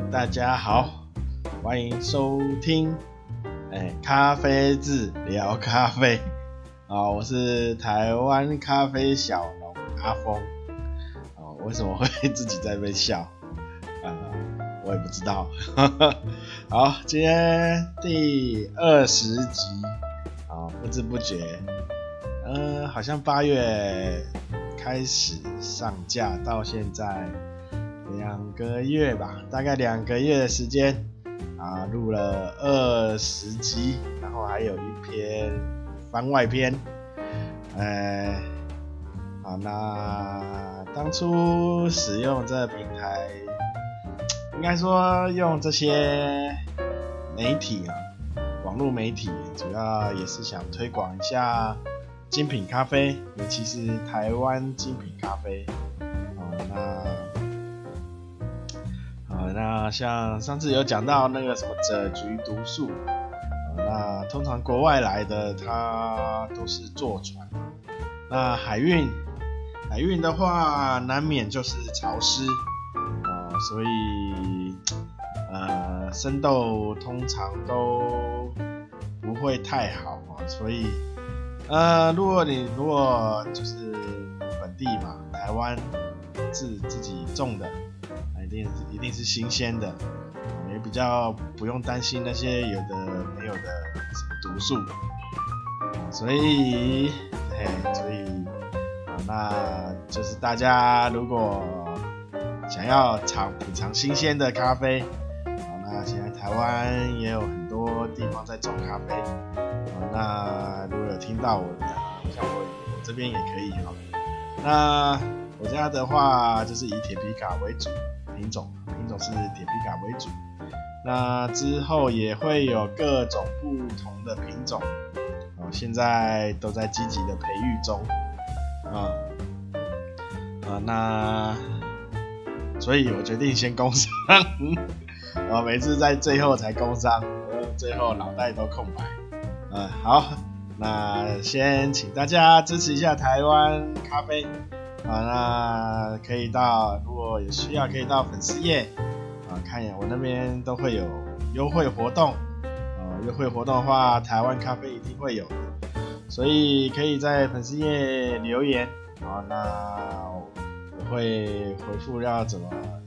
大家好，欢迎收听咖啡志聊咖啡我是台湾咖啡小农阿峰为什么会自己在那边笑我也不知道好，今天第20集不知不觉好像8月开始上架到现在2个月吧，大概2个月的时间录了20集，然后还有一篇番外篇那当初使用这个平台，应该说用这些媒体网络媒体，主要也是想推广一下精品咖啡，尤其是台湾精品咖啡那像上次有讲到那个什么赭菊毒素那通常国外来的它都是坐船那海运的话难免就是潮湿所以生豆通常都不会太好所以如果就是本地嘛，台湾自己种的一定是新鲜的也比较不用担心那些有的没有的什么毒素所以那就是大家如果想要品尝新鲜的咖啡那现在台湾也有很多地方在种咖啡那如果有听到我的像我这边也可以那我家的话就是以铁皮卡为主品种是铁皮卡为主那之后也会有各种不同的品种现在都在积极的培育中那所以我决定先工商每次在最后才工商最后脑袋都空白好那先请大家支持一下台湾咖啡那可以如果有需要可以到粉丝页看一眼我那边都会有优惠活动优惠活动的话台湾咖啡一定会有所以可以在粉丝页留言那我会回复要怎么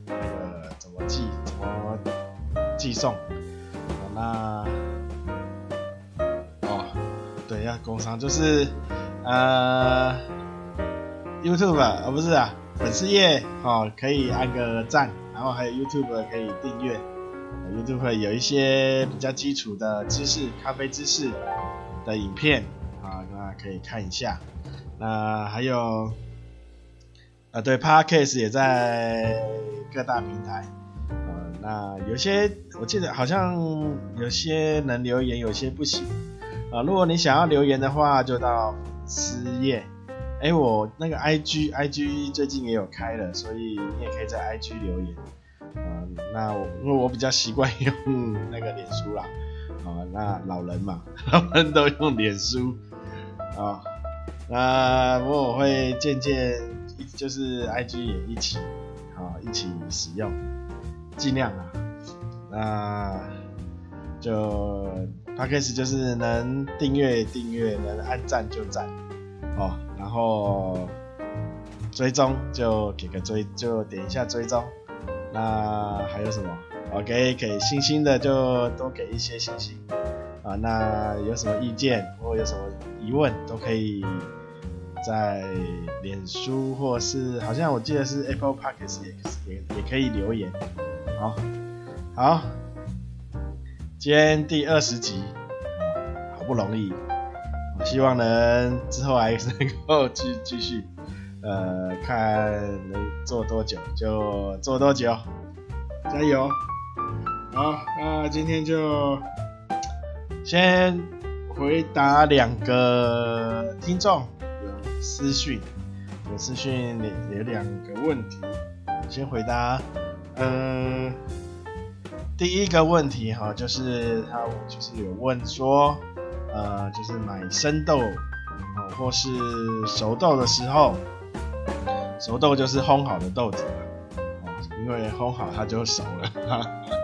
寄送那对要工商就是YouTube 不是粉丝页可以按个赞然后还有 YouTube 可以订阅YouTube 有一些比较基础的咖啡知识的影片那可以看一下那还有对 Podcast 也在各大平台那有些我记得好像有些能留言有些不行如果你想要留言的话就到粉丝页我那个 IG 最近也有开了所以你也可以在 IG 留言那因为我比较习惯用那个脸书啦那老人嘛他们都用脸书那不过我会渐就是 IG 也一起使用尽量那就 Podcast 就是能订阅能按赞就赞然后追踪就点一下追踪那还有什么给星星的就多给一些星星那有什么意见或有什么疑问都可以在脸书或是好像我记得是 Apple Podcast 也可以留言好今天第20集好不容易希望之后还能够继续看能做多久就做多久加油好那今天就先回答2个听众有私讯有2个问题先回答第一个问题就是他就是有问说就是买生豆或是熟豆的时候熟豆就是烘好的豆子因为烘好它就熟了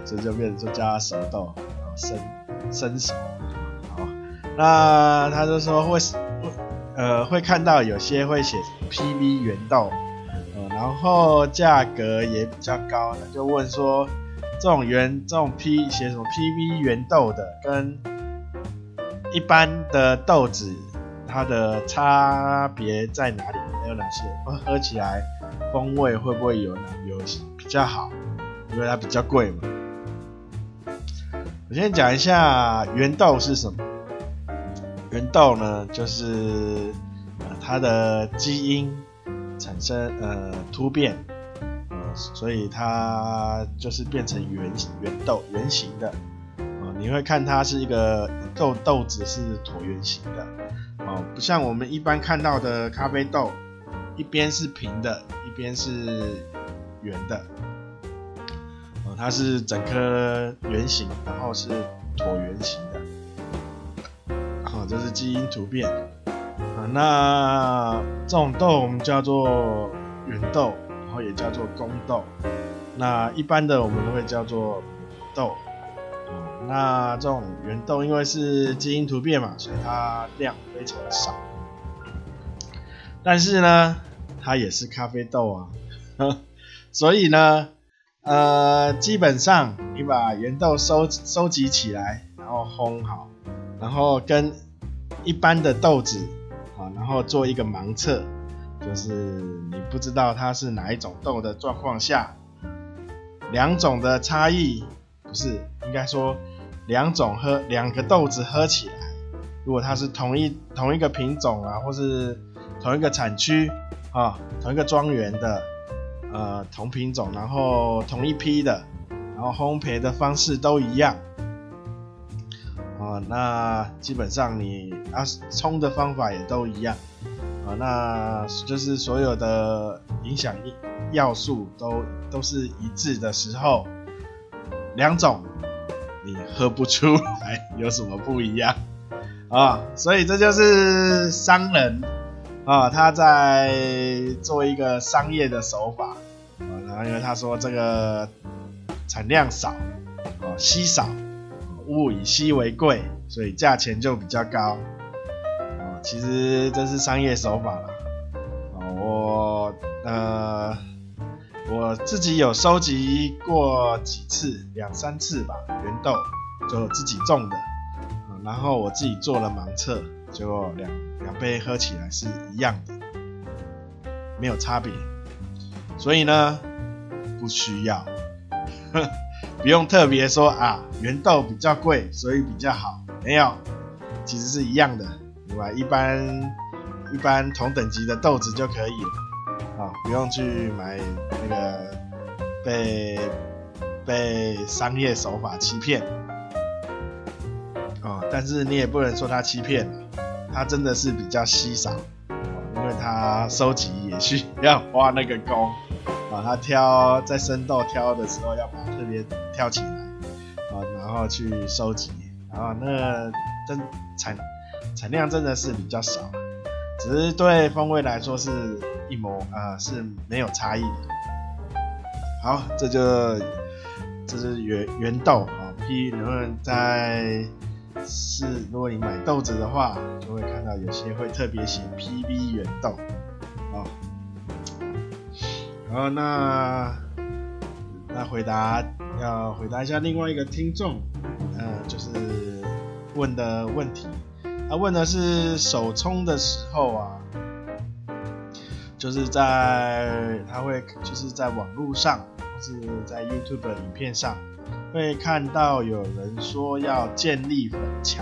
所以就变成说叫它熟豆，生熟。好，那他就说会看到有些会写 PV 原豆，然后价格也比较高，那就问说这种写什么 PV 原豆的跟一般的豆子它的差别在哪里？还有哪些？喝起来风味会不会有比较好？因为它比较贵嘛。我先讲一下原豆是什么。原豆呢，就是它的基因产生突变，所以它就是变成圆形的。你会看它是一个豆子是椭圆形的，不像我们一般看到的咖啡豆，一边是平的，一边是圆的。它是整颗圆形，然后是椭圆形的。这是基因突变。那这种豆我们叫做圆豆，然后也叫做公豆。那一般的我们会叫做豆。那这种圆豆因为是基因突变嘛，所以它量非常少。但是呢，它也是咖啡豆啊。所以呢，基本上你把原豆收集起来，然后烘好，然后跟一般的豆子，然后做一个盲测，就是你不知道它是哪一种豆的状况下，两种的差异，不是应该说两个豆子喝起来，如果它是同一个品种啊，或是同一个产区同一个庄园的同品种，然后同一批的，然后烘焙的方式都一样，那基本上你冲的方法也都一样，那就是所有的影响要素都是一致的时候，两种你喝不出来有什么不一样所以这就是商人他在做一个商业的手法然后因为他说这个产量少稀少，物以稀为贵，所以价钱就比较高其实这是商业手法啦我自己有收集过几次2-3次吧，原豆就自己种的然后我自己做了盲测，结果两杯喝起来是一样的，没有差别，所以呢不需要不用特别说原豆比较贵所以比较好，没有，其实是一样的，对吧？一般同等级的豆子就可以了不用去买那个被商业手法欺骗但是你也不能说它欺骗它真的是比较稀少因为它收集也需要花那个工它在生豆挑的时候要把它特别挑起来然后去收集，然后那产量真的是比较少，只是对风味来说是是没有差异的。好，这是原豆然后如果你买豆子的话，就会看到有些会特别写 PV 原豆然后那要回答一下另外一个听众就是问的问题，他问的是手冲的时候就是就是在网络上或是在 YouTube 的影片上会看到有人说要建立粉墙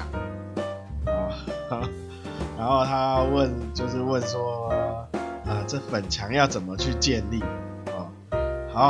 然后他问说这粉墙要怎么去建立好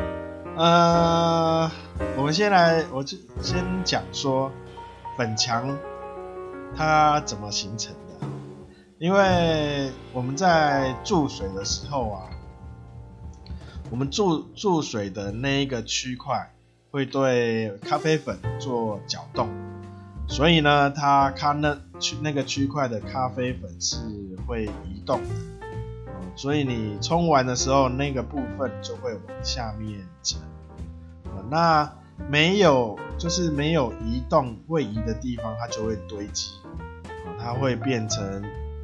我就先讲说粉墙它怎么形成的，因为我们在注水的时候我们注水的那一个区块会对咖啡粉做搅动，所以呢那个区块的咖啡粉是会移动的所以你冲完的时候那个部分就会往下面沉那没有移动位移的地方，它就会堆积，它会变成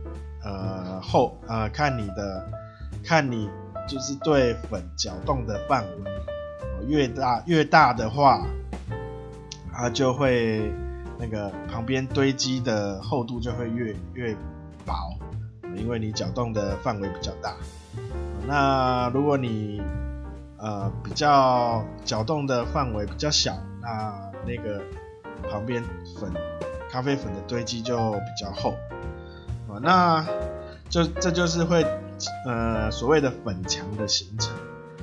看你就是对粉搅动的范围，越大的话，它就会那个旁边堆积的厚度就会越薄，因为你搅动的范围比较大。那如果你比较搅动的范围比较小，那个旁边咖啡粉的堆积就比较厚，那这就是会所谓的粉墙的形成。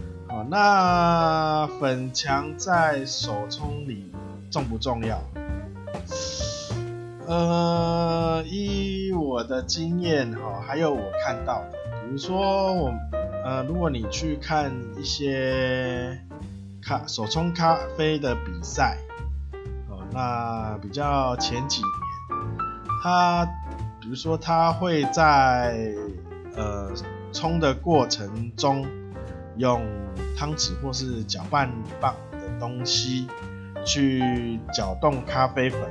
那粉墙在手冲里重不重要？依我的经验还有我看到的，比如说如果你去看一些手冲咖啡的比赛，那比较前几年，比如说他会在冲的过程中用汤匙或是搅拌棒的东西去搅动咖啡粉，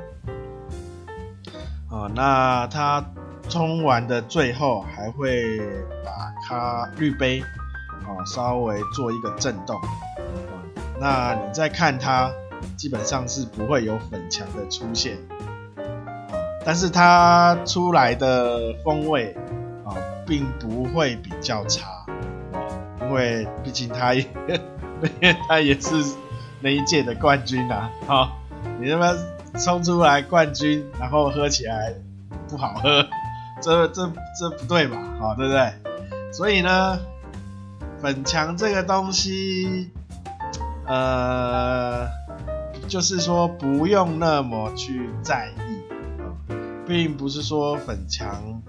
那他冲完的最后还会把滤杯稍微做一个震动，那你再看它基本上是不会有粉墙的出现，但是它出来的风味并不会比较差，因为毕竟它也是那一届的冠军啊，你他妈冲出来冠军，然后喝起来不好喝，这不对嘛，对不对？所以呢，粉墙这个东西，就是说不用那么去在意，并不是说粉墙，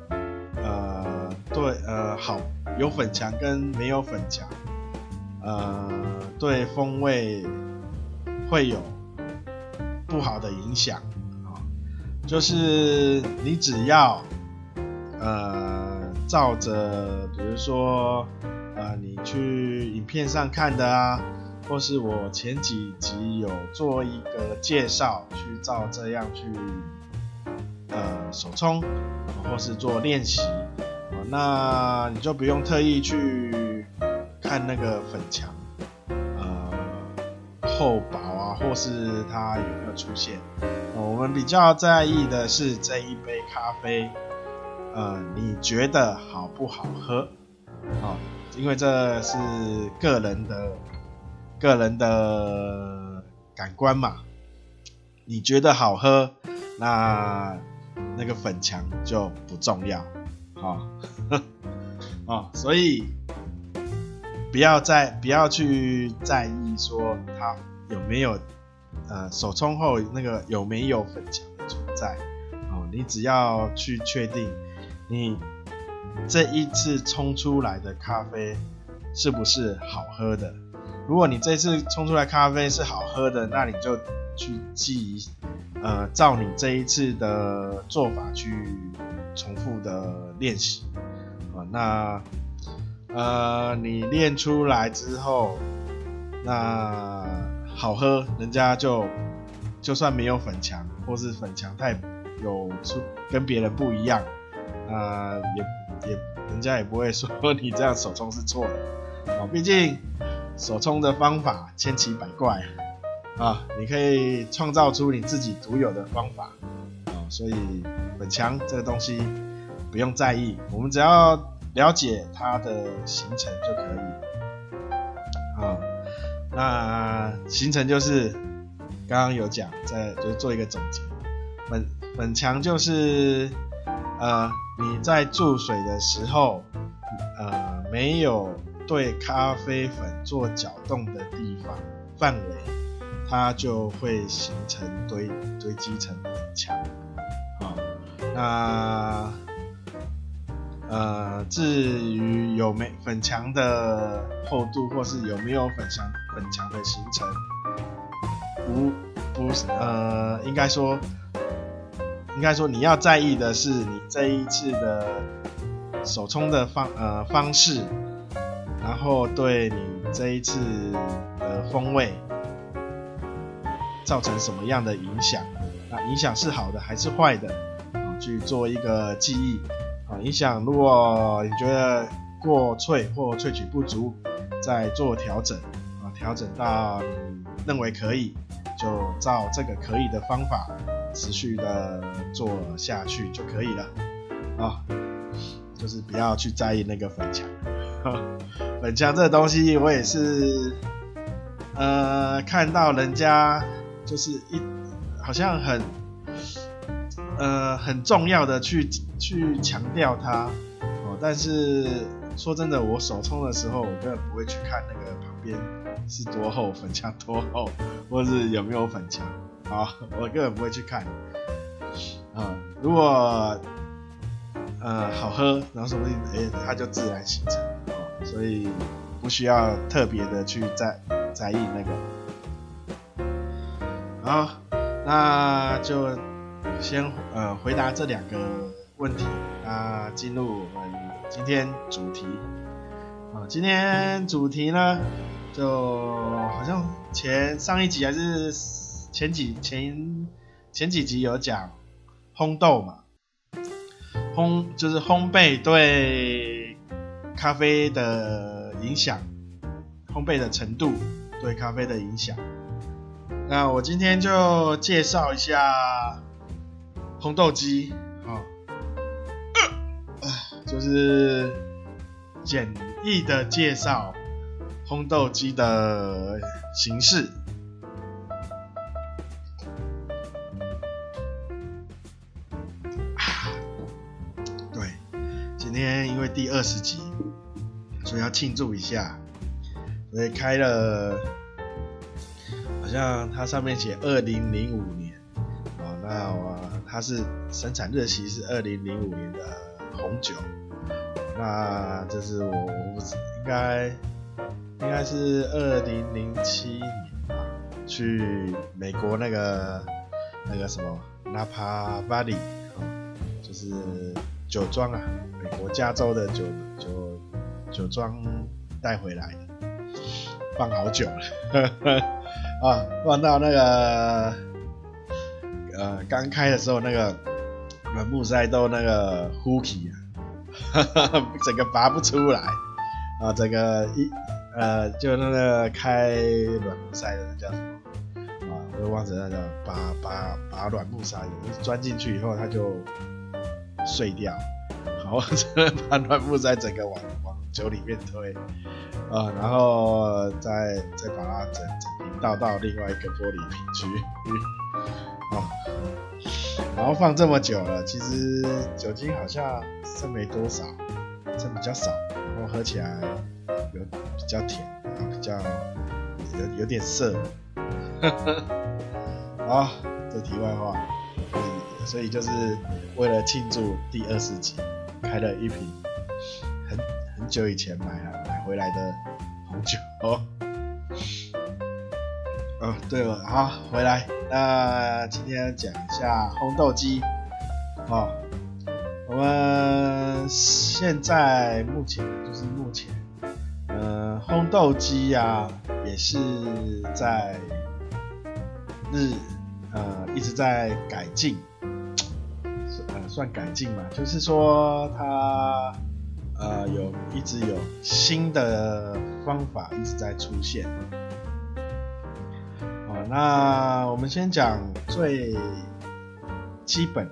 好有粉墙跟没有粉墙，对风味会有不好的影响，就是你只要照着比如说你去影片上看的啊，或是我前几集有做一个介绍，去照这样去手冲或是做练习，那你就不用特意去看那个粉墙厚薄啊，或是它有没有出现。我们比较在意的是这一杯咖啡你觉得好不好喝，因为这是个人的感官嘛，你觉得好喝，那个粉墙就不重要，所以不要去在意说它有没有手冲后那个有没有粉墙的存在，你只要去确定你这一次冲出来的咖啡是不是好喝的。如果你这次冲出来咖啡是好喝的，那你就去照你这一次的做法去重复的练习，那你练出来之后，那好喝，人家就算没有粉墙，或是粉墙太有跟别人不一样，人家也不会说你这样手冲是错的，毕竟手冲的方法千奇百怪你可以创造出你自己独有的方法，所以粉墙这个东西不用在意，我们只要了解它的形成就可以。那形成就是刚刚有讲，就是做一个总结，粉墙就是你在注水的时候没有对咖啡粉做搅动的地方范围，它就会形成堆积成粉墙。那至于有没粉墙的厚度，或是有没有粉墙的形成，应该说你要在意的是你这一次的手冲的方式，然后对你这一次的风味造成什么样的影响，那影响是好的还是坏的，去做一个记忆。影响如果你觉得过萃或萃取不足，再做调整，调整到你认为可以，就照这个可以的方法持续的做下去就可以了。就是不要去在意那个粉墙。粉墙这个东西我也是看到人家就是好像很重要的去强调它，但是说真的，我手冲的时候我根本不会去看那个旁边是多厚，粉墙多厚，或是有没有粉墙，我根本不会去看。如果好喝，然后说不定它就自然形成，所以不需要特别的去在意那个。好，那就先回答这2个问题，那进入我们今天主题。今天主题呢，就好像上一集还是前几集有讲烘豆嘛，就是烘焙对咖啡的影响，烘焙的程度对咖啡的影响。那我今天就介绍一下烘豆机，就是简易的介绍烘豆机的形式。对，今天因为第20集，所以要庆祝一下，所以开了，好像它上面写2005年，那它是生产日期是2005年的红酒，那这是我不知应该是2007年吧，去美国那个什么 Napa Valley，就是酒庄啊，美国加州的酒庄带回来的，放好久了放到那个刚开的时候那个软木塞都那个糊起整个拔不出来整个就那个开软木塞的叫什么我也忘记那个拔软木塞钻进去以后它就碎掉，好，把软木塞整个往酒里面推然后再把它整瓶倒到另外一个玻璃瓶去然后放这么久了，其实酒精好像剩没多少，剩比较少，然后喝起来比较甜，然后比较有点涩。好，这题外话，所以就是为了庆祝第20集，开了一瓶很久以前买回来的红酒。对了，好，回来，那今天讲一下烘豆机。我们现在目前烘豆机也是在一直在改进，算改进嘛，就是说它一直有新的方法一直在出现。那我们先讲最基本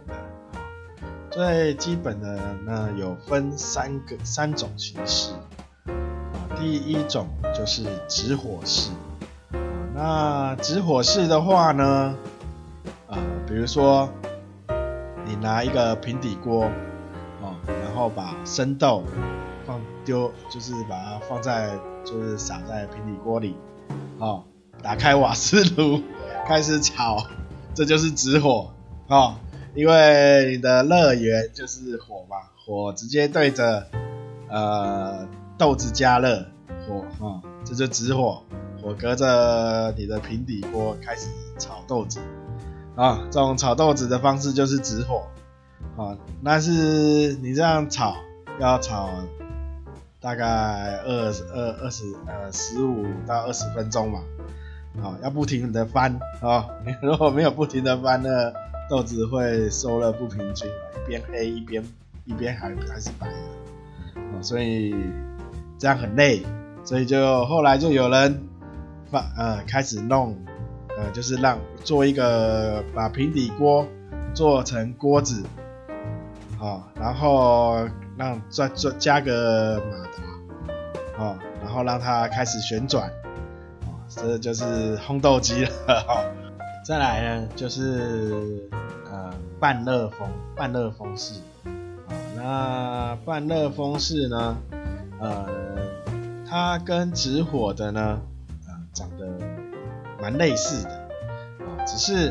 的呢，有分三种形式。第一种就是直火式。那直火式的话呢，比如说你拿一个平底锅，然后把生豆就是把它就是撒在平底锅里，打开瓦斯炉开始炒，这就是直火因为你的热源就是火嘛，火直接对着豆子加热这就直火，火隔着你的平底锅开始炒豆子这种炒豆子的方式就是直火但是你这样要炒大概15到20分钟嘛要不停的翻如果没有不停的翻呢，豆子会收热不平均，一边黑一边还是白的所以这样很累，所以后来就有人开始弄就是做一个把平底锅做成锅子然后再加个马达然后让它开始旋转这就是烘豆机了再来呢就是半热风式那半热风式呢它跟直火的呢长得蛮类似的只是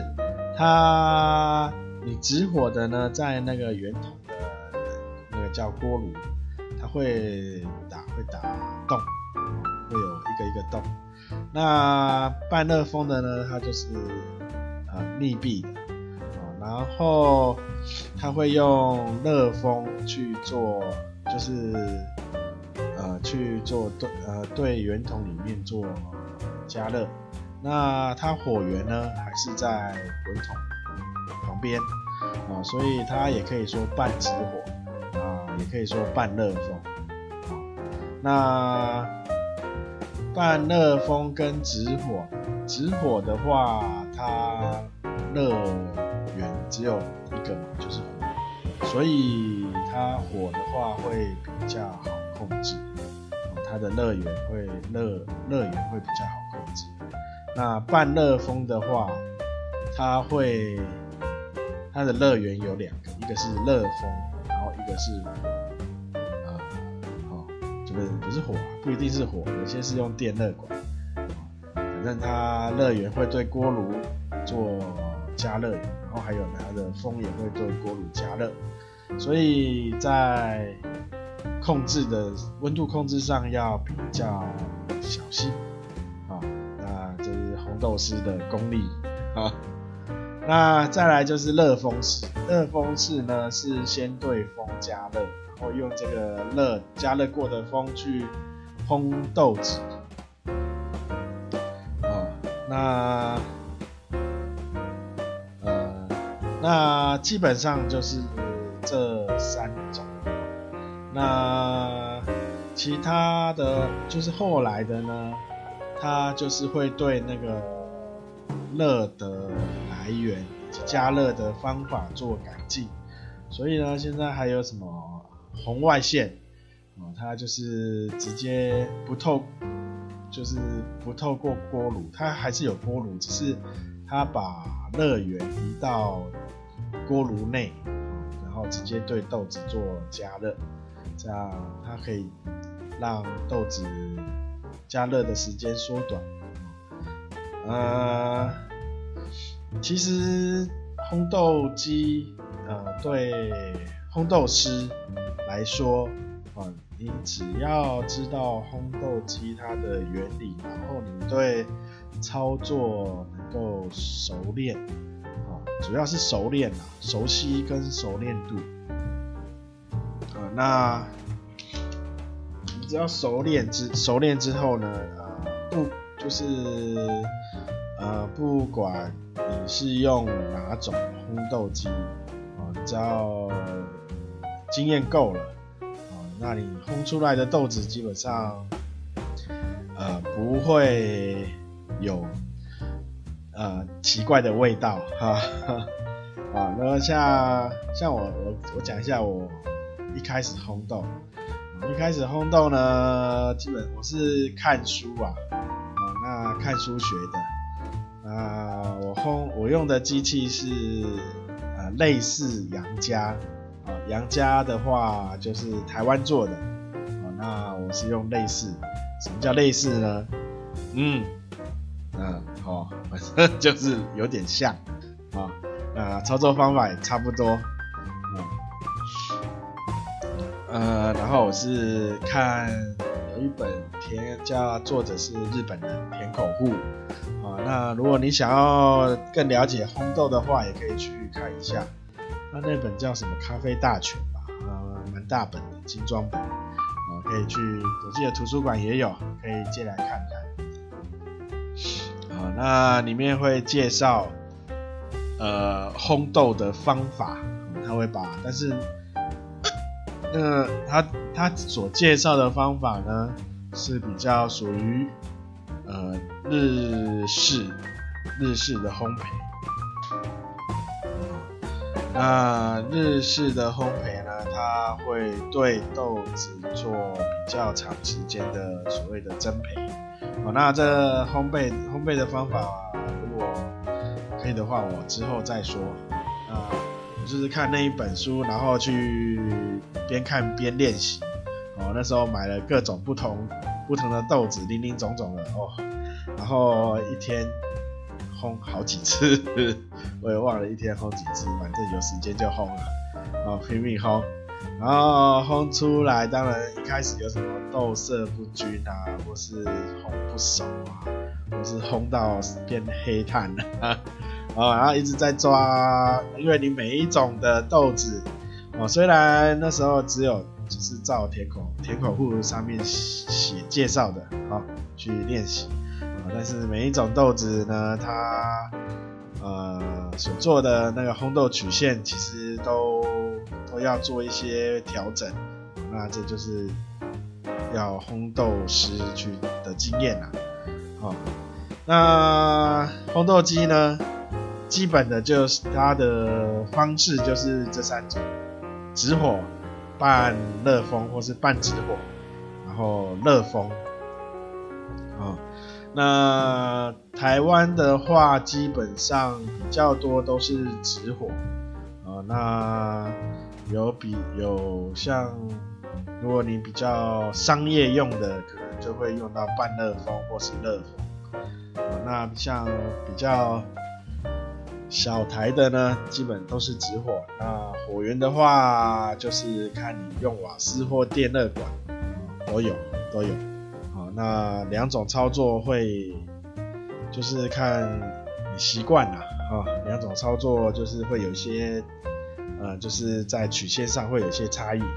你直火的呢在那个圆筒的那个叫锅炉，它会打洞，会有一个洞。那半热风的呢，它就是密闭的然后它会用热风去做，就是去做对圆筒里面做加热。那它火源呢还是在滚筒旁边所以它也可以说半直火也可以说半热风那半热风跟直火的话，它热源只有一个嘛，就是火，所以它火的话会比较好控制它的热源会比较好控制。那半热风的话，它的热源有两个，一个是热风，然后一个是不是火不一定是火，有些是用电热管反正它热源会对锅炉做加热，然后还有它的风也会对锅炉加热，所以在温度控制上要比较小心那这是烘豆师的功力那再来就是热风式呢是先对风加热，然后用这个加热过的风去烘豆子那基本上就是这三种那其他的就是后来的呢，它就是会对那个热的来源以及加热的方法做改进，所以呢现在还有什么红外线它就是直接不透过锅炉，它还是有锅炉，只是它把热源移到锅炉内然后直接对豆子做加热，这样它可以让豆子加热的时间缩短其实烘豆机对烘豆师来说你只要知道烘豆机它的原理，然后你对操作能够熟练主要是熟练熟悉跟熟练度那你只要熟练之后呢不管你是用哪种烘豆机你只要经验够了那你烘出来的豆子基本上不会有奇怪的味道那像我讲一下我一开始烘豆呢，基本我是看书那看书学的我用的机器是类似杨家的话就是台湾做的那我是用类似，什么叫类似呢反正就是有点像操作方法也差不多然后我是看有一本作者是日本人田口户那如果你想要更了解烘豆的话，也可以去看一下那本叫什么咖啡大全吧蛮大本的精装本可以去，我记得图书馆也有，可以借来看看那里面会介绍烘豆的方法，他会但是他所介绍的方法呢是比较属于日式的烘焙。那日式的烘焙呢，它会对豆子做比较长时间的所谓的蒸焙。那这烘焙的方法，如果可以的话，我之后再说。我就是看那一本书，然后去边看边练习。那时候买了各种不同的豆子，林林总总的然后一天烘好几次，我也忘了一天烘几次，反正有时间就烘了，拼命烘。然后烘出来，当然一开始有什么豆色不均啊，或是烘不熟啊，或是烘到变黑炭啊，然后一直在抓，因为你每一种的豆子，虽然那时候只有就是照甜口户上面写介绍的去练习，但是每一种豆子呢，它所做的那个烘豆曲线其实都要做一些调整，那这就是要烘豆师去的经验啦。那烘豆机呢，基本的就是它的方式就是这3种：直火、半热风或是半直火，然后热风。那台湾的话，基本上比较多都是直火。那有像如果你比较商业用的，可能就会用到半热风或是热风。那像比较小台的呢，基本都是直火。那火源的话，就是看你用瓦斯或电热管，都有。那2种操作会就是看你习惯啦，2种操作就是会有一些就是在曲线上会有一些差异。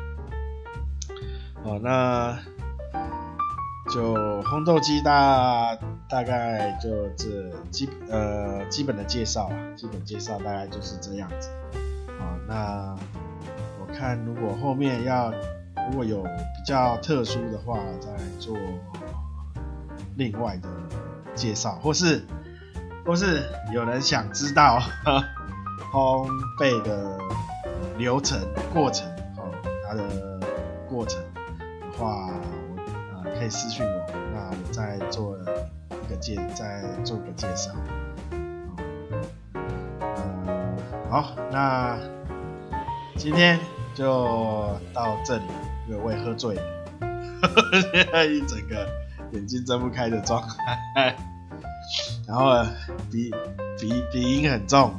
那就烘豆机大概就这基本的介绍啦，基本介绍大概就是这样子。那我看如果后面如果有比较特殊的话，再做另外的介绍，或是有人想知道烘焙的流程过程，它的过程的话，可以私讯我，那我再做个介绍。好，那今天就到这里，因为我也喝醉了，现在一整个眼睛睁不开的状态，然后鼻音很重，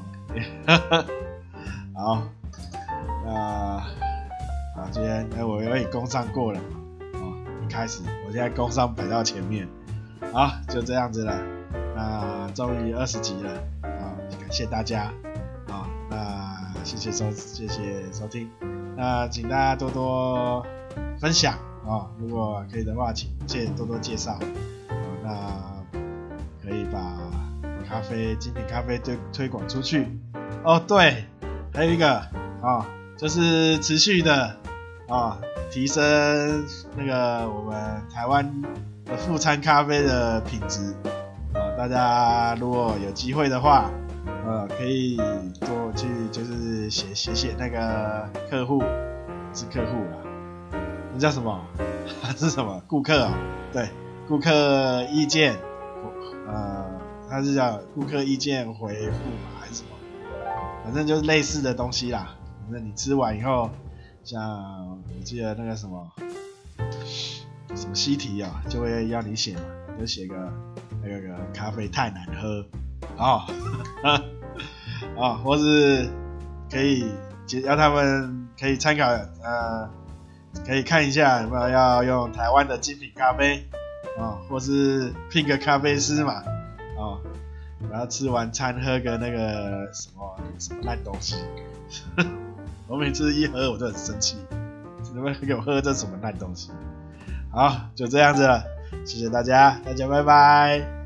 好，今天我有点工商过了，一开始我现在工商摆到前面，好，就这样子了，那终于20集了，感谢大家，那谢谢收听，那请大家多多分享。如果可以的话，请多多介绍。那可以把精品咖啡推广出去。对，还有一个就是持续的提升那个我们台湾的副餐咖啡的品质。大家如果有机会的话，可以多去就是写那个客户，是客户啦。那叫什么？是什么？顾客对，顾客意见，它是叫顾客意见回复嘛，还是什么？反正就是类似的东西啦。反正你吃完以后，像我记得那个什么习题就会要你写嘛，就写个那个咖啡太难喝或是可以要他们可以参考可以看一下有没有要用台湾的精品咖啡或是聘个咖啡师嘛然后吃完餐喝个那个什么烂东西我每次一喝我就很生气，怎么给我喝这什么烂东西？好，就这样子了，谢谢大家，拜拜。